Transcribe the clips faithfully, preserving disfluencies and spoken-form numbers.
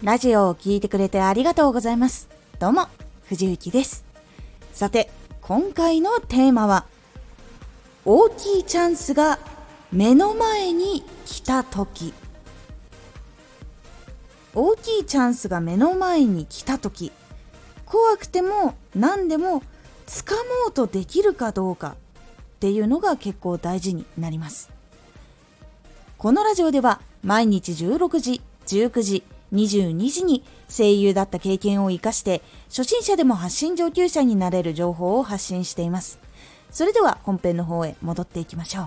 ラジオを聞いてくれてありがとうございます。どうも藤幸です。さて今回のテーマは、大きいチャンスが目の前に来た時。大きいチャンスが目の前に来た時、怖くても何でも掴もうとできるかどうかっていうのが結構大事になります。このラジオでは毎日じゅうろくじ、じゅうくじ、にじゅうにじに声優だった経験を生かして初心者でも発信上級者になれる情報を発信しています。それでは本編の方へ戻っていきましょう。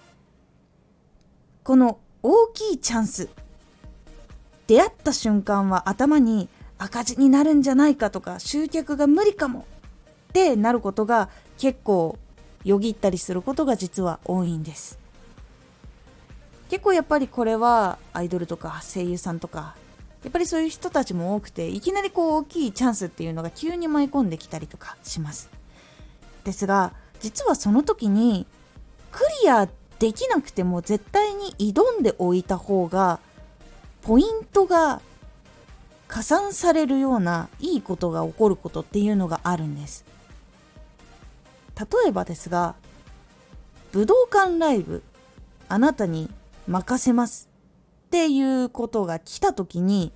この大きいチャンス、出会った瞬間は頭に赤字になるんじゃないかとか、集客が無理かもってなることが結構よぎったりすることが実は多いんです。結構やっぱりこれはアイドルとか声優さんとか、やっぱりそういう人たちも多くて、いきなりこう大きいチャンスっていうのが急に舞い込んできたりとかします。ですが実はその時にクリアできなくても絶対に挑んでおいた方がポイントが加算されるようないいことが起こることっていうのがあるんです。例えばですが、武道館ライブあなたに任せますっていうことが来た時に、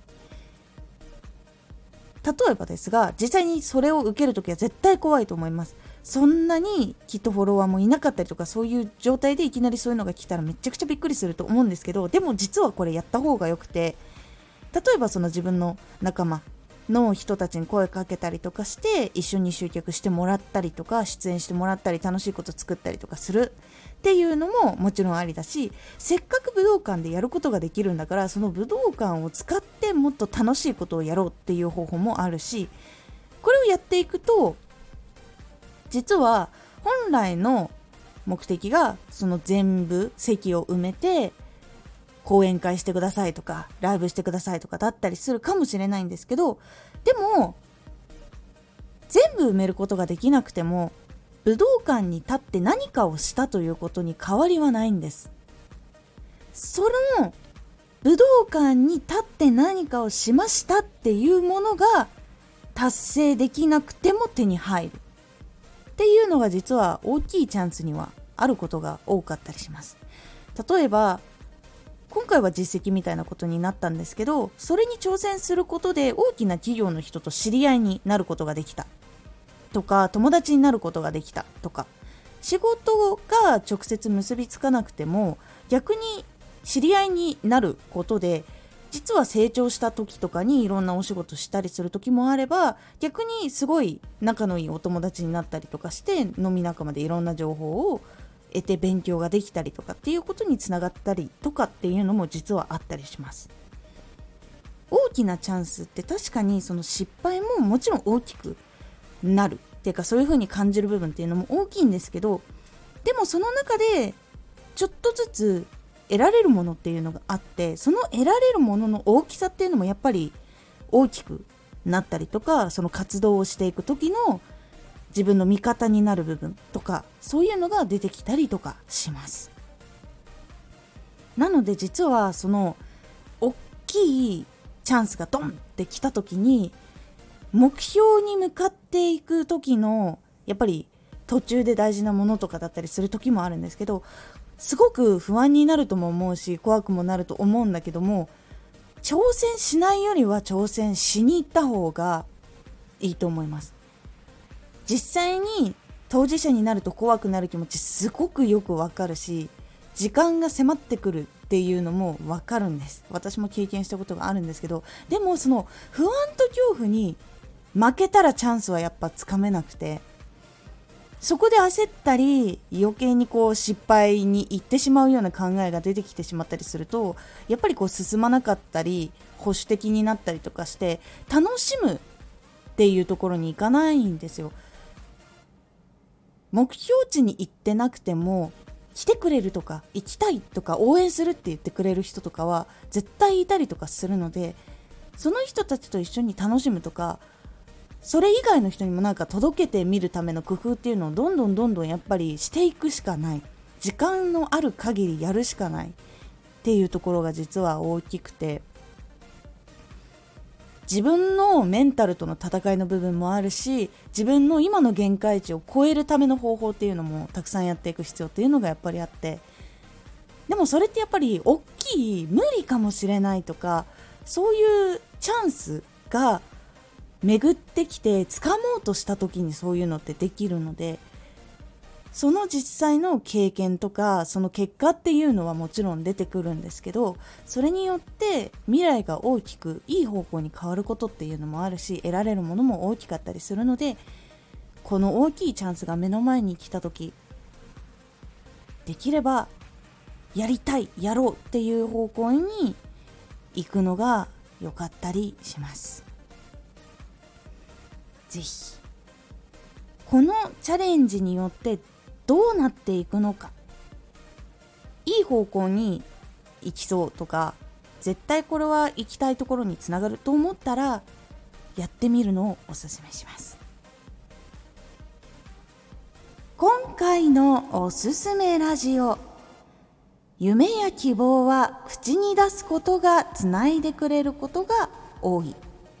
例えばですが実際にそれを受けるときは絶対怖いと思います。そんなにきっとフォロワーもいなかったりとか、そういう状態でいきなりそういうのが来たらめちゃくちゃびっくりすると思うんですけど、でも実はこれやった方がよくて、例えばその自分の仲間の人たちに声かけたりとかして一緒に集客してもらったりとか、出演してもらったり、楽しいこと作ったりとかするっていうのももちろんありだし、せっかく武道館でやることができるんだから、その武道館を使ってもっと楽しいことをやろうっていう方法もあるし、これをやっていくと実は本来の目的がその全部席を埋めて講演会してくださいとかライブしてくださいとかだったりするかもしれないんですけど、でも全部埋めることができなくても武道館に立って何かをしたということに変わりはないんです。その武道館に立って何かをしましたっていうものが達成できなくても手に入るっていうのが実は大きいチャンスにはあることが多かったりします。例えば今回は実績みたいなことになったんですけど、それに挑戦することで大きな企業の人と知り合いになることができたとか、友達になることができたとか、仕事が直接結びつかなくても逆に知り合いになることで、実は成長した時とかにいろんなお仕事したりする時もあれば、逆にすごい仲のいいお友達になったりとかして飲み仲間でいろんな情報を得て勉強ができたりとかっていうことにつながったりとかっていうのも実はあったりします。大きなチャンスって確かにその失敗ももちろん大きくなるっていうか、そういう風に感じる部分っていうのも大きいんですけど、でもその中でちょっとずつ得られるものっていうのがあって、その得られるものの大きさっていうのもやっぱり大きくなったりとか、その活動をしていく時の自分の味方になる部分とか、そういうのが出てきたりとかします。なので実はその大きいチャンスがドンってきた時に、目標に向かっていく時のやっぱり途中で大事なものとかだったりする時もあるんですけど、すごく不安になるとも思うし怖くもなると思うんだけども、挑戦しないよりは挑戦しに行った方がいいと思います。実際に当事者になると怖くなる気持ちすごくよくわかるし、時間が迫ってくるっていうのもわかるんです。私も経験したことがあるんですけど、でもその不安と恐怖に負けたらチャンスはやっぱつかめなくて、そこで焦ったり余計にこう失敗に行ってしまうような考えが出てきてしまったりすると、やっぱりこう進まなかったり保守的になったりとかして楽しむっていうところに行かないんですよ。目標地に行ってなくても来てくれるとか行きたいとか応援するって言ってくれる人とかは絶対いたりとかするので、その人たちと一緒に楽しむとか、それ以外の人にもなんか届けてみるための工夫っていうのをどんどんどんどんやっぱりしていくしかない、時間のある限りやるしかないっていうところが実は大きくて、 自分のメンタルとの戦いの部分もあるし、自分の今の限界値を超えるための方法っていうのもたくさんやっていく必要っていうのがやっぱりあって、でもそれってやっぱり大きい無理かもしれないとか、そういうチャンスが巡ってきて掴もうとした時にそういうのってできるので、その実際の経験とかその結果っていうのはもちろん出てくるんですけど、それによって未来が大きくいい方向に変わることっていうのもあるし、得られるものも大きかったりするので、この大きいチャンスが目の前に来た時、できればやりたい、やろうっていう方向に行くのが良かったりします。ぜひこのチャレンジによってどうなっていくのか、いい方向に行きそうとか、絶対これは行きたいところにつながると思ったらやってみるのをおすすめします。今回のおすすめラジオ、夢や希望は口に出すことがつないでくれることが多い。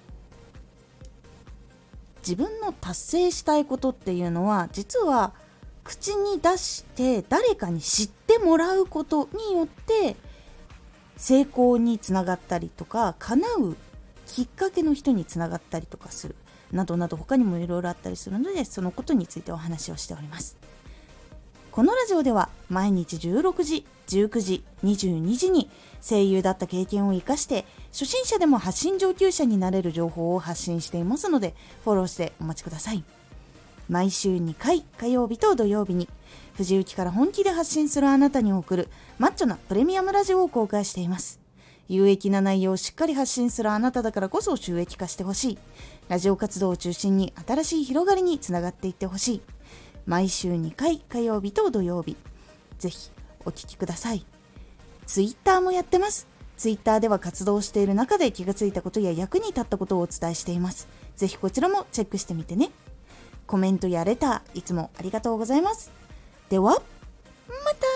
自分の達成したいことっていうのは、実は口に出して誰かに知ってもらうことによって成功につながったりとか、叶うきっかけの人につながったりとかするなどなど、他にもいろいろあったりするので、そのことについてお話をしております。このラジオでは毎日じゅうろくじ、じゅうくじ、にじゅうにじに声優だった経験を生かして初心者でも発信上級者になれる情報を発信していますので、フォローしてお待ちください。毎週にかい、火曜日と土曜日に藤雪から本気で発信するあなたに送るマッチョなプレミアムラジオを公開しています。有益な内容をしっかり発信するあなただからこそ収益化してほしい。ラジオ活動を中心に新しい広がりにつながっていってほしい。毎週にかい、火曜日と土曜日、ぜひお聞きください。ツイッターもやってます。ツイッターでは活動している中で気がついたことや役に立ったことをお伝えしています。ぜひこちらもチェックしてみてね。コメントやレターいつもありがとうございます。ではまた。